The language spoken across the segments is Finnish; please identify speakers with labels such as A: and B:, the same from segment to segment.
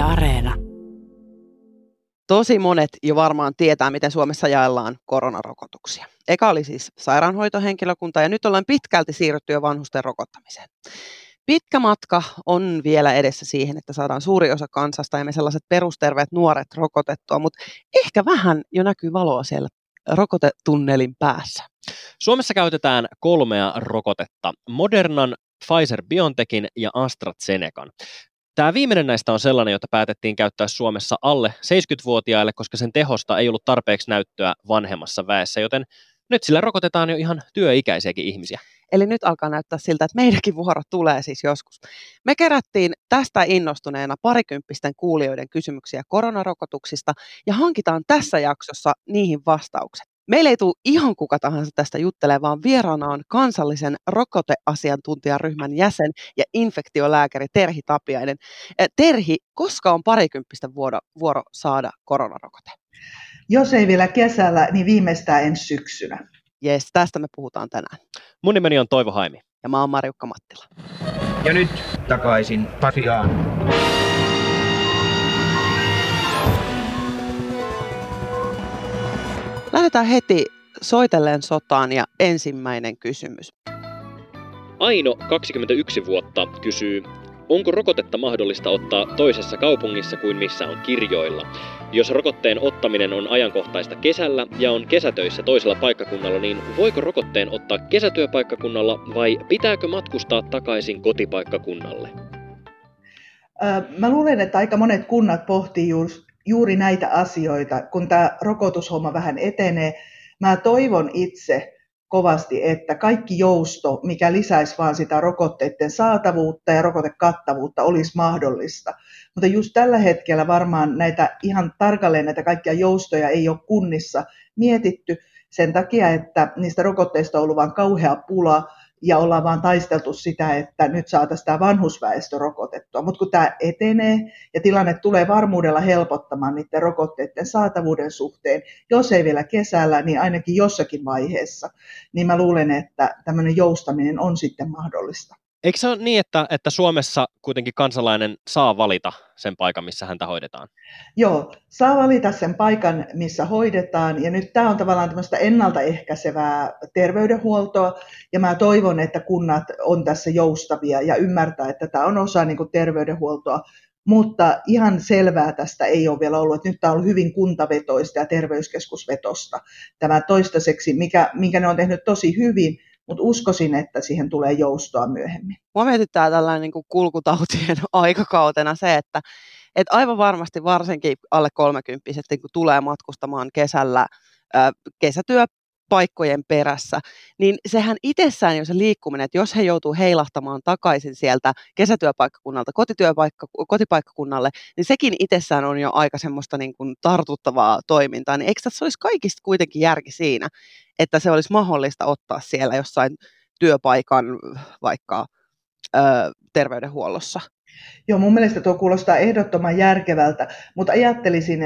A: Areena.
B: Tosi monet jo varmaan tietää, miten Suomessa jaellaan koronarokotuksia. Eka oli siis sairaanhoitohenkilökunta ja nyt ollaan pitkälti siirrytty jo vanhusten rokottamiseen. Pitkä matka on vielä edessä siihen, että saadaan suuri osa kansasta ja me sellaiset perusterveet nuoret rokotettua, mutta ehkä vähän jo näkyy valoa siellä rokotetunnelin päässä.
C: Suomessa käytetään 3 rokotetta, Modernan, Pfizer-BioNTechin ja AstraZenecan. Tämä viimeinen näistä on sellainen, jota päätettiin käyttää Suomessa alle 70-vuotiaille, koska sen tehosta ei ollut tarpeeksi näyttöä vanhemmassa väessä, joten nyt sillä rokotetaan jo ihan työikäisiäkin ihmisiä.
B: Eli nyt alkaa näyttää siltä, että meidänkin vuoro tulee siis joskus. Me kerättiin tästä innostuneena parikymppisten kuulijoiden kysymyksiä koronarokotuksista ja hankitaan tässä jaksossa niihin vastaukset. Meillä ei tule ihan kuka tahansa tästä juttelemaan, vaan vieraana on kansallisen rokoteasiantuntijaryhmän jäsen ja infektiolääkäri Terhi Tapiainen. Terhi, koska on parikymppisten vuoro saada koronarokote?
D: Jos ei vielä kesällä, niin viimeistään ensi syksynä.
B: Jes, tästä me puhutaan tänään.
C: Mun nimeni on Toivo Haimi.
B: Ja mä oon Marjukka Mattila.
E: Ja nyt takaisin Pasiaan.
B: Lähdetään heti soitelleen sotaan ja ensimmäinen kysymys.
C: Aino, 21 vuotta, kysyy, onko rokotetta mahdollista ottaa toisessa kaupungissa kuin missä on kirjoilla? Jos rokotteen ottaminen on ajankohtaista kesällä ja on kesätöissä toisella paikkakunnalla, niin voiko rokotteen ottaa kesätyöpaikkakunnalla vai pitääkö matkustaa takaisin kotipaikkakunnalle?
D: Mä luulen, että aika monet kunnat pohtii juuri näitä asioita, kun tämä rokotushomma vähän etenee. Mä toivon itse kovasti, että kaikki jousto, mikä lisäisi vaan sitä rokotteiden saatavuutta ja rokotekattavuutta, olisi mahdollista. Mutta just tällä hetkellä varmaan ihan tarkalleen näitä kaikkia joustoja ei ole kunnissa mietitty sen takia, että niistä rokotteista on ollut vaan kauhea pula ja ollaan vaan taisteltu sitä, että nyt saataisiin tämä vanhusväestö rokotettua. Mutta kun tämä etenee ja tilanne tulee varmuudella helpottamaan niiden rokotteiden saatavuuden suhteen, jos ei vielä kesällä, niin ainakin jossakin vaiheessa, niin mä luulen, että tämmöinen joustaminen on sitten mahdollista.
C: Eikö se ole niin, että Suomessa kuitenkin kansalainen saa valita sen paikan, missä häntä hoidetaan?
D: Joo, saa valita sen paikan, missä hoidetaan, ja nyt tämä on tavallaan tämmöistä ennaltaehkäisevää terveydenhuoltoa, ja mä toivon, että kunnat on tässä joustavia ja ymmärtää, että tämä on osa niin kuin terveydenhuoltoa, mutta ihan selvää tästä ei ole vielä ollut, että nyt tämä on ollut hyvin kuntavetoista ja terveyskeskusvetosta. Tämä toistaiseksi, minkä ne on tehnyt tosi hyvin, mutta uskoisin, että siihen tulee joustoa myöhemmin.
B: Mua mietittää tällainen niin kuin kulkutautien aikakautena se, että aivan varmasti varsinkin alle 30-vuotiaat kun tulee matkustamaan kesällä kesätyöpaikkojen perässä, niin sehän itsessään jo se liikkuminen, että jos he joutuu heilahtamaan takaisin sieltä kesätyöpaikkakunnalta kotipaikkakunnalle, niin sekin itsessään on jo aika semmoista niin kuin tartuttavaa toimintaa. Niin eikö tässä olisi kaikista kuitenkin järki siinä, että se olisi mahdollista ottaa siellä jossain työpaikan vaikka terveydenhuollossa?
D: Joo, mun mielestä tuo kuulostaa ehdottoman järkevältä, mutta ajattelisin,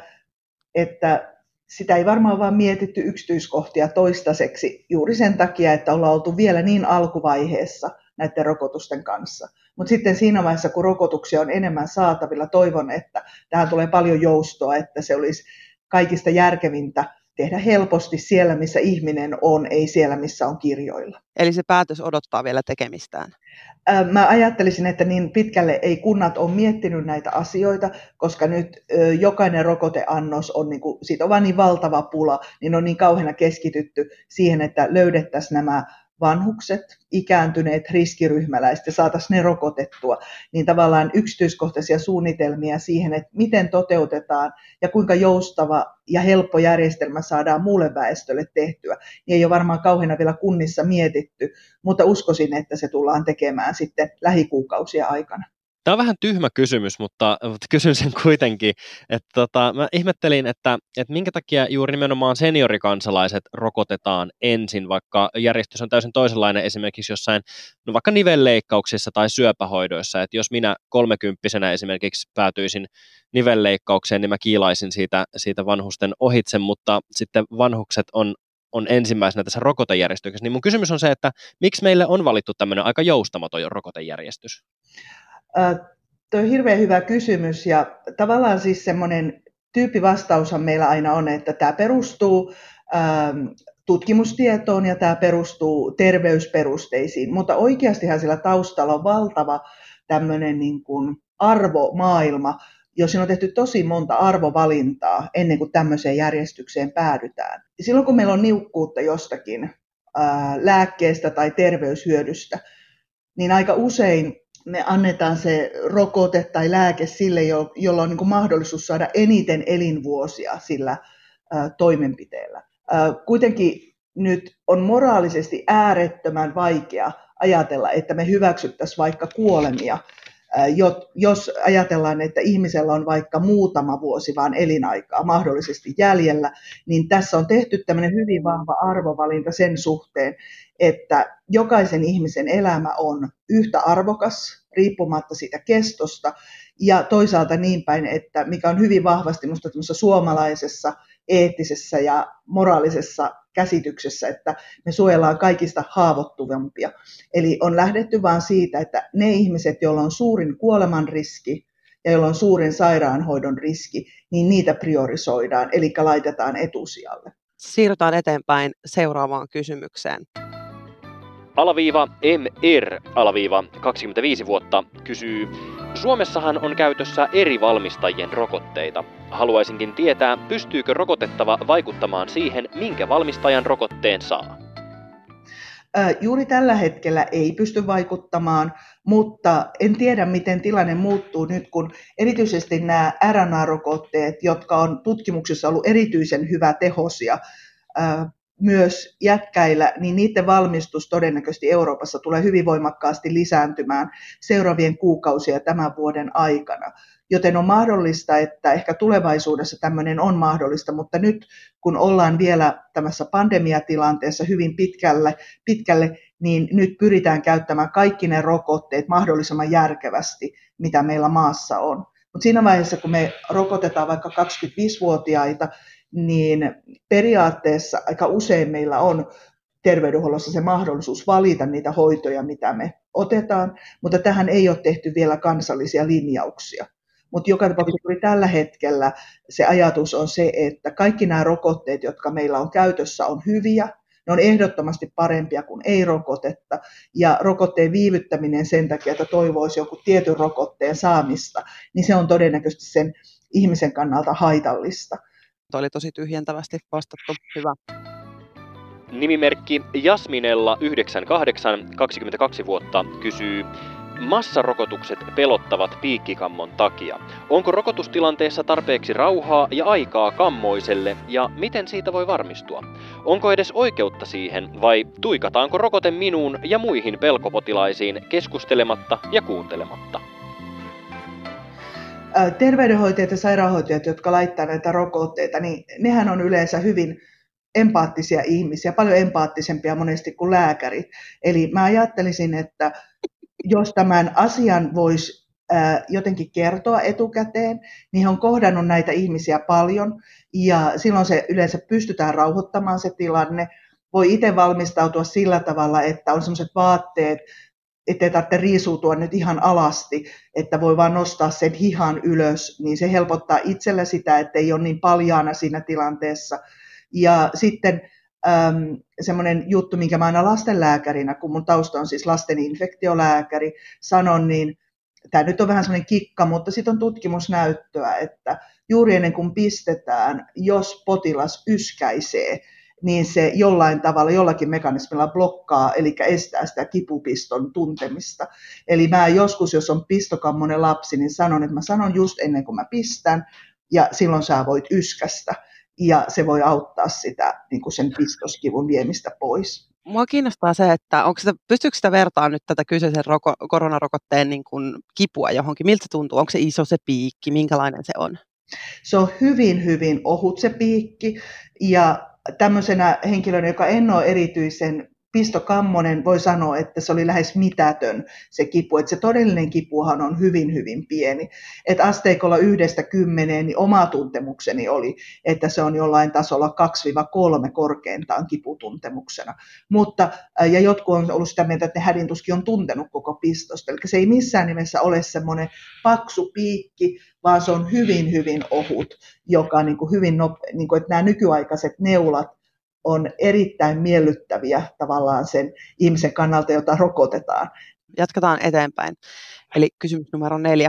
D: että sitä ei varmaan vaan mietitty yksityiskohtia toistaiseksi juuri sen takia, että ollaan oltu vielä niin alkuvaiheessa näiden rokotusten kanssa. Mutta sitten siinä vaiheessa, kun rokotuksia on enemmän saatavilla, toivon, että tähän tulee paljon joustoa, että se olisi kaikista järkevintä tehdä helposti siellä, missä ihminen on, ei siellä, missä on kirjoilla.
B: Eli se päätös odottaa vielä tekemistään?
D: Mä ajattelisin, että niin pitkälle ei kunnat ole miettinyt näitä asioita, koska nyt jokainen rokoteannos on, siitä on vaan niin valtava pula, niin on niin kauheana keskitytty siihen, että löydettäisiin nämä vanhukset, ikääntyneet, riskiryhmäläiset ja saataisiin ne rokotettua, niin tavallaan yksityiskohtaisia suunnitelmia siihen, että miten toteutetaan ja kuinka joustava ja helppo järjestelmä saadaan muulle väestölle tehtyä, niin ei ole varmaan kauheana vielä kunnissa mietitty, mutta uskoisin, että se tullaan tekemään sitten lähikuukausien aikana.
C: Tämä on vähän tyhmä kysymys, mutta kysyn sen kuitenkin. Mä ihmettelin, että minkä takia juuri nimenomaan seniorikansalaiset rokotetaan ensin, vaikka järjestys on täysin toisenlainen esimerkiksi jossain, vaikka nivelleikkauksissa tai syöpähoidoissa. Että jos minä 30-vuotiaana esimerkiksi päätyisin nivelleikkaukseen, niin mä kiilaisin siitä vanhusten ohitse, mutta sitten vanhukset on ensimmäisenä tässä rokotejärjestyksessä. Niin mun kysymys on se, että miksi meille on valittu tämmöinen aika joustamaton rokotejärjestys?
D: Tuo on hirveän hyvä kysymys ja tavallaan siis semmoinen tyyppivastaushan meillä aina on, että tämä perustuu tutkimustietoon ja tämä perustuu terveysperusteisiin, mutta oikeastihan sillä taustalla on valtava tämmöinen niin kuin arvomaailma, jossa on tehty tosi monta arvovalintaa ennen kuin tämmöiseen järjestykseen päädytään. Ja silloin kun meillä on niukkuutta jostakin lääkkeestä tai terveyshyödystä, niin aika usein me annetaan se rokote tai lääke sille, jolla on niin kuin mahdollisuus saada eniten elinvuosia sillä toimenpiteellä. Kuitenkin nyt on moraalisesti äärettömän vaikea ajatella, että me hyväksyttäisiin vaikka kuolemia, jos ajatellaan, että ihmisellä on vaikka muutama vuosi vaan elinaikaa mahdollisesti jäljellä, niin tässä on tehty tämmöinen hyvin vahva arvovalinta sen suhteen, että jokaisen ihmisen elämä on yhtä arvokas riippumatta siitä kestosta ja toisaalta niin päin, että mikä on hyvin vahvasti minusta suomalaisessa eettisessä ja moraalisessa käsityksessä, että me suojellaan kaikista haavoittuvampia. Eli on lähdetty vaan siitä, että ne ihmiset, joilla on suurin kuoleman riski ja joilla on suurin sairaanhoidon riski, niin niitä priorisoidaan, eli laitetaan etusijalle.
B: Siirrytään eteenpäin seuraavaan kysymykseen.
C: _MR_25 vuotta kysyy, Suomessahan on käytössä eri valmistajien rokotteita. Haluaisinkin tietää, pystyykö rokotettava vaikuttamaan siihen, minkä valmistajan rokotteen saa?
D: Juuri tällä hetkellä ei pysty vaikuttamaan, mutta en tiedä, miten tilanne muuttuu nyt, kun erityisesti nämä RNA-rokotteet, jotka on tutkimuksessa ollut erityisen hyvä tehosia, myös jätkäillä, niin niiden valmistus todennäköisesti Euroopassa tulee hyvin voimakkaasti lisääntymään seuraavien kuukausien ja tämän vuoden aikana. Joten on mahdollista, että ehkä tulevaisuudessa tämmöinen on mahdollista, mutta nyt kun ollaan vielä tämmöisessä pandemiatilanteessa hyvin pitkälle, niin nyt pyritään käyttämään kaikki ne rokotteet mahdollisimman järkevästi, mitä meillä maassa on. Mutta siinä vaiheessa, kun me rokotetaan vaikka 25-vuotiaita, niin periaatteessa aika usein meillä on terveydenhuollossa se mahdollisuus valita niitä hoitoja, mitä me otetaan, mutta tähän ei ole tehty vielä kansallisia linjauksia. Mutta joka tapauksessa tällä hetkellä se ajatus on se, että kaikki nämä rokotteet, jotka meillä on käytössä, on hyviä. Ne on ehdottomasti parempia kuin ei-rokotetta. Ja rokotteen viivyttäminen sen takia, että toivoisi joku tietyn rokotteen saamista, niin se on todennäköisesti sen ihmisen kannalta haitallista.
B: Tuo oli tosi tyhjentävästi vastattu. Hyvä.
C: Nimimerkki Jasminella 98, 22 vuotta kysyy, massarokotukset pelottavat piikkikammon takia. Onko rokotustilanteessa tarpeeksi rauhaa ja aikaa kammoiselle ja miten siitä voi varmistua? Onko edes oikeutta siihen vai tuikataanko rokote minuun ja muihin pelkopotilaisiin keskustelematta ja kuuntelematta?
D: Terveydenhoitajat ja sairaanhoitajat, jotka laittaa näitä rokotteita, niin nehän on yleensä hyvin empaattisia ihmisiä, paljon empaattisempia monesti kuin lääkärit. Eli mä ajattelisin, että jos tämän asian voisi jotenkin kertoa etukäteen, niin he on kohdannut näitä ihmisiä paljon ja silloin se yleensä pystytään rauhoittamaan se tilanne. Voi itse valmistautua sillä tavalla, että on sellaiset vaatteet, ettei tarvitse riisuutua nyt ihan alasti, että voi vaan nostaa sen hihan ylös, niin se helpottaa itsellä sitä, että ei ole niin paljaana siinä tilanteessa. Ja sitten semmoinen juttu, minkä mä aina lastenlääkärinä, kun mun tausta on siis lasten infektiolääkäri, sanon, niin tämä nyt on vähän semmoinen kikka, mutta sitten on tutkimusnäyttöä, että juuri ennen kuin pistetään, jos potilas yskäisee, niin se jollain tavalla, jollakin mekanismilla blokkaa, eli estää sitä kipupiston tuntemista. Eli mä joskus, jos on pistokammonen lapsi, niin sanon, että mä sanon just ennen kuin mä pistän, ja silloin sä voit yskästä. Ja se voi auttaa sitä, niin kuin sen pistoskivun viemistä pois.
B: Mua kiinnostaa se, että pystyykö sitä vertaamaan nyt tätä kyseisen koronarokotteen niin kuin kipua johonkin? Miltä se tuntuu? Onko se iso se piikki? Minkälainen se on?
D: Se on hyvin, hyvin ohut se piikki. Ja tämmöisenä henkilönä, joka en ole erityisen pistokammonen voi sanoa, että se oli lähes mitätön se kipu, että se todellinen kipuhan on hyvin, hyvin pieni. Että asteikolla 1–10, niin oma tuntemukseni oli, että se on jollain tasolla 2–3 korkeintaan kiputuntemuksena. Mutta, ja jotkut on ollut sitä mieltä, että ne hädintuskin on tuntenut koko pistosta. Eli se ei missään nimessä ole semmoinen paksu piikki, vaan se on hyvin, hyvin ohut, joka niin kuin hyvin niin kuin, että nämä nykyaikaiset neulat on erittäin miellyttäviä tavallaan sen ihmisen kannalta, jota rokotetaan.
B: Jatketaan eteenpäin. Eli kysymys numero 4.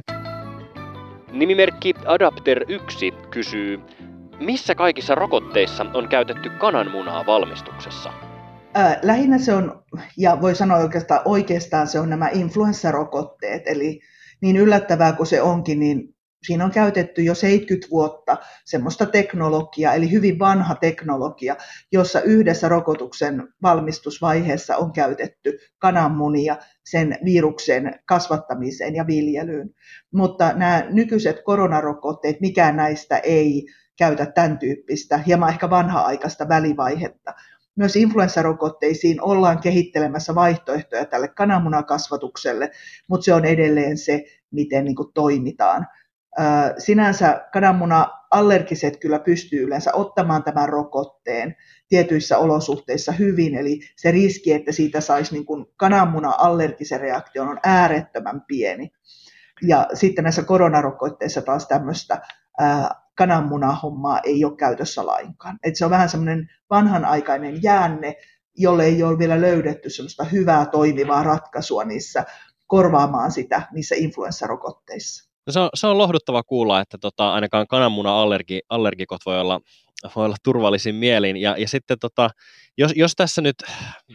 C: Nimimerkki Adapter1 kysyy, missä kaikissa rokotteissa on käytetty kananmunaa valmistuksessa?
D: Lähinnä se on, ja voi sanoa oikeastaan se on nämä influenssarokotteet, eli niin yllättävää kuin se onkin, niin siinä on käytetty jo 70 vuotta semmoista teknologiaa, eli hyvin vanha teknologia, jossa yhdessä rokotuksen valmistusvaiheessa on käytetty kananmunia sen viruksen kasvattamiseen ja viljelyyn. Mutta nämä nykyiset koronarokotteet, mikään näistä ei käytä tämän tyyppistä, hieman ehkä vanha-aikaista välivaihetta. Myös influenssarokotteisiin ollaan kehittelemässä vaihtoehtoja tälle kananmunakasvatukselle, mutta se on edelleen se, miten niin kuin toimitaan. Sinänsä kananmuna-allergiset kyllä pystyy yleensä ottamaan tämän rokotteen tietyissä olosuhteissa hyvin, eli se riski, että siitä saisi niin kuin kananmuna-allergisen reaktion on äärettömän pieni. Ja sitten näissä koronarokotteissa taas tämmöistä kananmunahommaa ei ole käytössä lainkaan. Et se on vähän semmoinen vanhanaikainen jäänne, jolle ei ole vielä löydetty semmoista hyvää toimivaa ratkaisua niissä korvaamaan sitä niissä influenssarokotteissa.
C: No se on lohduttava kuulla, että ainakaan kananmuna-allergikot voi olla turvallisin mielin. Ja sitten jos tässä nyt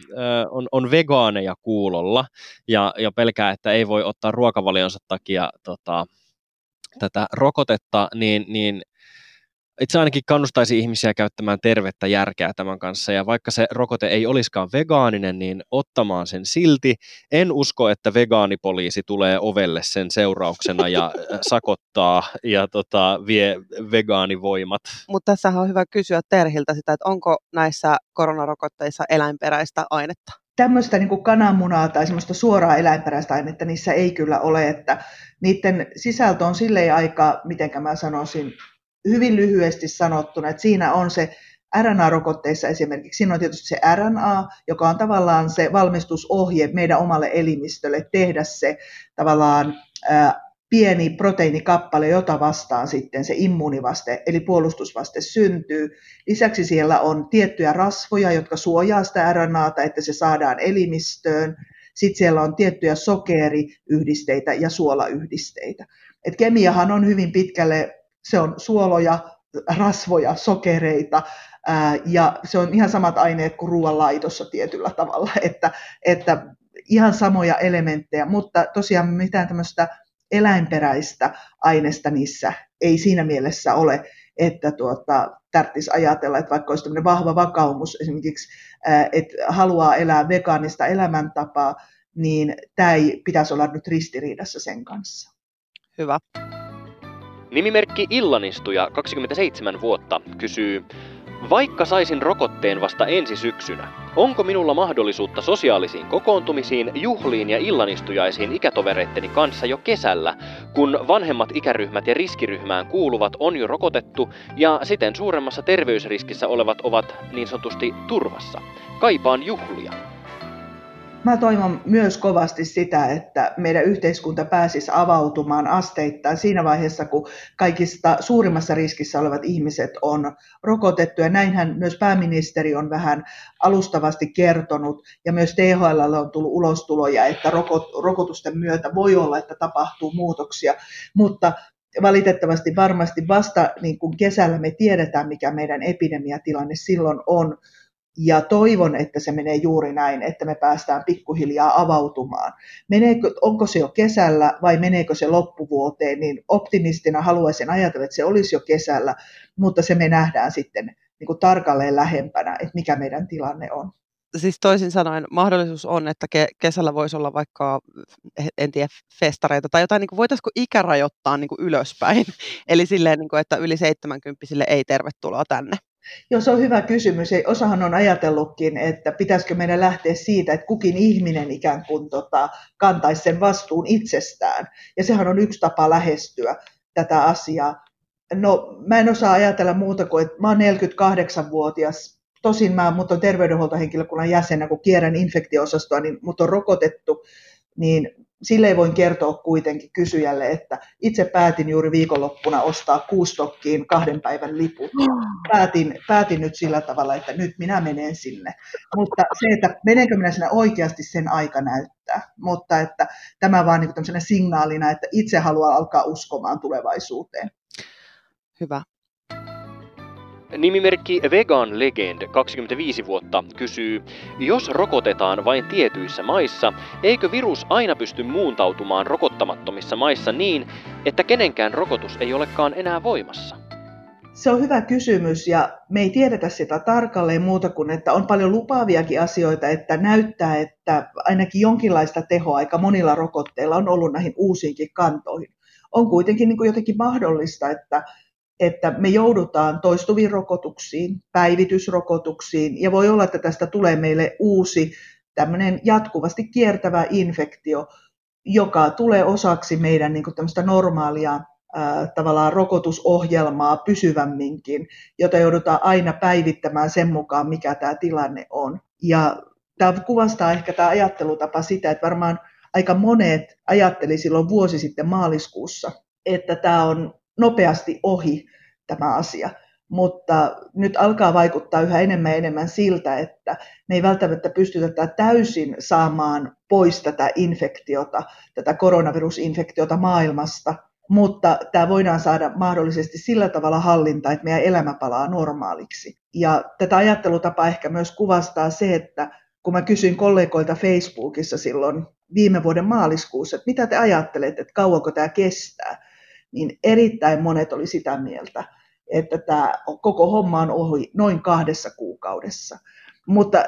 C: on vegaaneja kuulolla ja pelkää, että ei voi ottaa ruokavalionsa takia tätä rokotetta, niin itse ainakin kannustaisin ihmisiä käyttämään tervettä järkeä tämän kanssa, ja vaikka se rokote ei olisikaan vegaaninen, niin ottamaan sen silti. En usko, että vegaanipoliisi tulee ovelle sen seurauksena ja sakottaa ja vie vegaanivoimat.
B: Mutta tässähän on hyvä kysyä Terhiltä sitä, että onko näissä koronarokotteissa eläinperäistä ainetta?
D: Tämmöistä niin kuin kananmunaa tai semmoista suoraa eläinperäistä ainetta niissä ei kyllä ole, että niiden sisältö on silleen aika, mitenkä mä sanoisin, hyvin lyhyesti sanottuna, että siinä on se RNA-rokotteissa esimerkiksi, siinä on tietysti se RNA, joka on tavallaan se valmistusohje meidän omalle elimistölle tehdä se tavallaan pieni proteiinikappale, jota vastaan sitten se immuunivaste, eli puolustusvaste syntyy. Lisäksi siellä on tiettyjä rasvoja, jotka suojaa sitä RNAta, että se saadaan elimistöön. Sitten siellä on tiettyjä sokeriyhdisteitä ja suolayhdisteitä. Et kemiahan on hyvin pitkälle, se on suoloja, rasvoja, sokereita, ja se on ihan samat aineet kuin ruoanlaitossa tietyllä tavalla, että ihan samoja elementtejä, mutta tosiaan mitään tämmöistä eläinperäistä aineesta niissä ei siinä mielessä ole, että tarvitsisi ajatella, että vaikka olisi tämmöinen vahva vakaumus esimerkiksi, että haluaa elää vegaanista elämäntapaa, niin tämä ei pitäisi olla nyt ristiriidassa sen kanssa.
B: Hyvä.
C: Nimimerkki Illanistuja, 27 vuotta, kysyy, vaikka saisin rokotteen vasta ensi syksynä, onko minulla mahdollisuutta sosiaalisiin kokoontumisiin, juhliin ja illanistujaisiin ikätovereitteni kanssa jo kesällä, kun vanhemmat ikäryhmät ja riskiryhmään kuuluvat on jo rokotettu ja siten suuremmassa terveysriskissä olevat ovat niin sanotusti turvassa? Kaipaan juhlia.
D: Mä toivon myös kovasti sitä, että meidän yhteiskunta pääsisi avautumaan asteittain siinä vaiheessa, kun kaikista suurimmassa riskissä olevat ihmiset on rokotettu. Ja näinhän myös pääministeri on vähän alustavasti kertonut, ja myös THL on tullut ulostuloja, että rokotusten myötä voi olla, että tapahtuu muutoksia. Mutta valitettavasti varmasti vasta niin kuin kesällä me tiedetään, mikä meidän epidemiatilanne silloin on. Ja toivon, että se menee juuri näin, että me päästään pikkuhiljaa avautumaan. Onko se jo kesällä vai meneekö se loppuvuoteen, niin optimistina haluaisin ajatella, että se olisi jo kesällä, mutta se me nähdään sitten niin kuin tarkalleen lähempänä, että mikä meidän tilanne on.
B: Siis toisin sanoen mahdollisuus on, että kesällä voisi olla vaikka, en tiedä, festareita tai jotain, niin kuin voitaisiinko ikärajoittaa niin kuin ylöspäin, eli silleen, niin kuin, että yli 70 ei tervetuloa tänne.
D: Joo, se on hyvä kysymys. Osahan on ajatellutkin, että pitäisikö meidän lähteä siitä, että kukin ihminen ikään kuin kantaisi sen vastuun itsestään. Ja sehän on yksi tapa lähestyä tätä asiaa. No, mä en osaa ajatella muuta kuin, että mä oon 48-vuotias. Tosin mut on terveydenhuoltohenkilökunnan jäsenä, kun kierrän infektio-osastoa, niin mut on rokotettu, niin silleen voin kertoa kuitenkin kysyjälle, että itse päätin juuri viikonloppuna ostaa 6 stokkiin 2 päivän liput. Päätin nyt sillä tavalla, että nyt minä menen sinne. Mutta se, että menenkö minä sinne oikeasti, sen aika näyttää. Mutta että tämä vaan niin tämmöisenä signaalina, että itse haluaa alkaa uskomaan tulevaisuuteen.
B: Hyvä.
C: Nimimerkki Vegan Legend 25 vuotta kysyy, jos rokotetaan vain tietyissä maissa, eikö virus aina pysty muuntautumaan rokottamattomissa maissa niin, että kenenkään rokotus ei olekaan enää voimassa?
D: Se on hyvä kysymys ja me ei tiedetä sitä tarkalleen muuta kuin, että on paljon lupaaviakin asioita, että näyttää, että ainakin jonkinlaista tehoa aika monilla rokotteilla on ollut näihin uusiinkin kantoihin. On kuitenkin niin kuin jotenkin mahdollista, että me joudutaan toistuviin rokotuksiin, päivitysrokotuksiin, ja voi olla, että tästä tulee meille uusi tämmöinen jatkuvasti kiertävä infektio, joka tulee osaksi meidän niin kuin tämmöistä normaalia tavallaan rokotusohjelmaa pysyvämminkin, jota joudutaan aina päivittämään sen mukaan, mikä tämä tilanne on. Ja tämä kuvastaa ehkä tämä ajattelutapa sitä, että varmaan aika monet ajatteli silloin vuosi sitten maaliskuussa, että tämä on nopeasti ohi tämä asia, mutta nyt alkaa vaikuttaa yhä enemmän ja enemmän siltä, että me ei välttämättä pystytä täysin saamaan pois tätä infektiota, tätä koronavirusinfektiota maailmasta, mutta tämä voidaan saada mahdollisesti sillä tavalla hallintaan, että meidän elämä palaa normaaliksi. Ja tätä ajattelutapaa ehkä myös kuvastaa se, että kun mä kysyin kollegoilta Facebookissa silloin viime vuoden maaliskuussa, että mitä te ajattelette, että kauanko tämä kestää, niin erittäin monet oli sitä mieltä, että tämä koko homma on ohi noin 2 kuukaudessa. Mutta,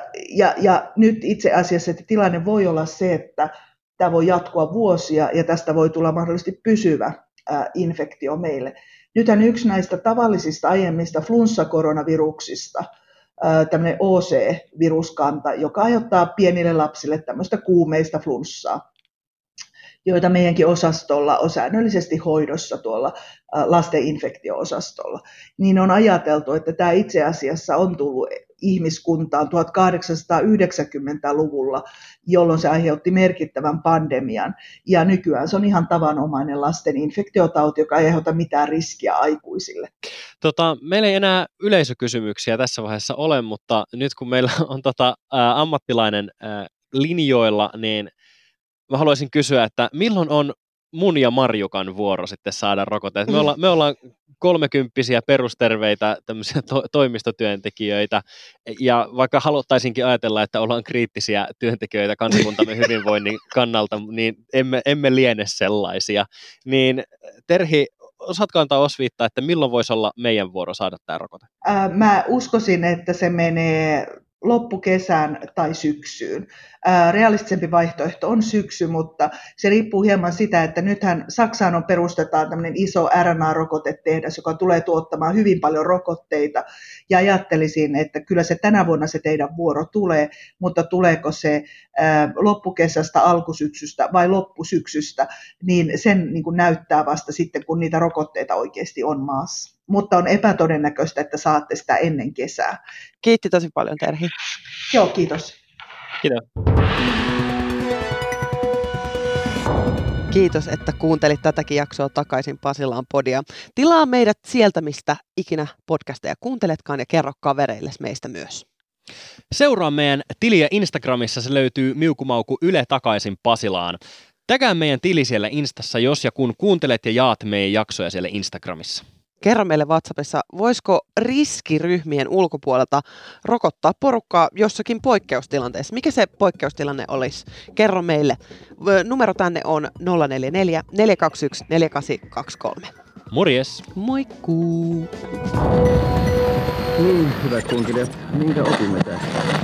D: ja nyt itse asiassa että tilanne voi olla se, että tämä voi jatkua vuosia ja tästä voi tulla mahdollisesti pysyvä infektio meille. Nythän yksi näistä tavallisista aiemmista flunssakoronaviruksista, tämmöinen OC-viruskanta, joka aiheuttaa pienille lapsille tämmöistä kuumeista flunssaa, joita meidänkin osastolla on säännöllisesti hoidossa tuolla lasten infektio-osastolla, niin on ajateltu, että tämä itse asiassa on tullut ihmiskuntaan 1890-luvulla, jolloin se aiheutti merkittävän pandemian. Ja nykyään se on ihan tavanomainen lasten infektiotauti, joka ei aiheuta mitään riskiä aikuisille.
C: Meillä ei enää yleisökysymyksiä tässä vaiheessa ole, mutta nyt kun meillä on ammattilainen linjoilla, niin mä haluaisin kysyä, että milloin on mun ja Marjukan vuoro sitten saada rokotteet? Me ollaan 30-vuotiaita perusterveitä tämmöisiä toimistotyöntekijöitä, ja vaikka haluttaisinkin ajatella, että ollaan kriittisiä työntekijöitä kansakuntamme hyvinvoinnin kannalta, niin emme liene sellaisia. Niin Terhi, osaatko antaa osviittaa, että milloin voisi olla meidän vuoro saada tämä rokote?
D: Mä uskoisin, että se menee loppukesään tai syksyyn. Realistisempi vaihtoehto on syksy, mutta se riippuu hieman sitä, että nythän Saksaan perustetaan tämmöinen iso RNA-rokotetehdas, joka tulee tuottamaan hyvin paljon rokotteita, ja ajattelisin, että kyllä se tänä vuonna se teidän vuoro tulee, mutta tuleeko se loppukesästä, alkusyksystä vai loppusyksystä, niin sen niin kuin näyttää vasta sitten, kun niitä rokotteita oikeasti on maassa. Mutta on epätodennäköistä, että saatte sitä ennen kesää.
B: Kiitti tosi paljon, Terhi.
D: Joo, kiitos.
C: Kiitos.
B: Kiitos, että kuuntelit tätäkin jaksoa Takaisin Pasilaan podia. Tilaa meidät sieltä, mistä ikinä podcasteja kuunteletkaan, ja kerro kavereilles meistä myös.
C: Seuraa meidän tiliä Instagramissa, se löytyy Miukumauku Yle Takaisin Pasilaan. Tägää meidän tili siellä Instassa, jos ja kun kuuntelet ja jaat meidän jaksoja siellä Instagramissa.
B: Kerro meille WhatsAppissa, voisiko riskiryhmien ulkopuolelta rokottaa porukkaa jossakin poikkeustilanteessa? Mikä se poikkeustilanne olisi? Kerro meille. Numero tänne on 044 421 4823.
C: Morjes!
B: Moikkuu!
A: Niin, hyvät kuuntelijat, minkä opimme tästä?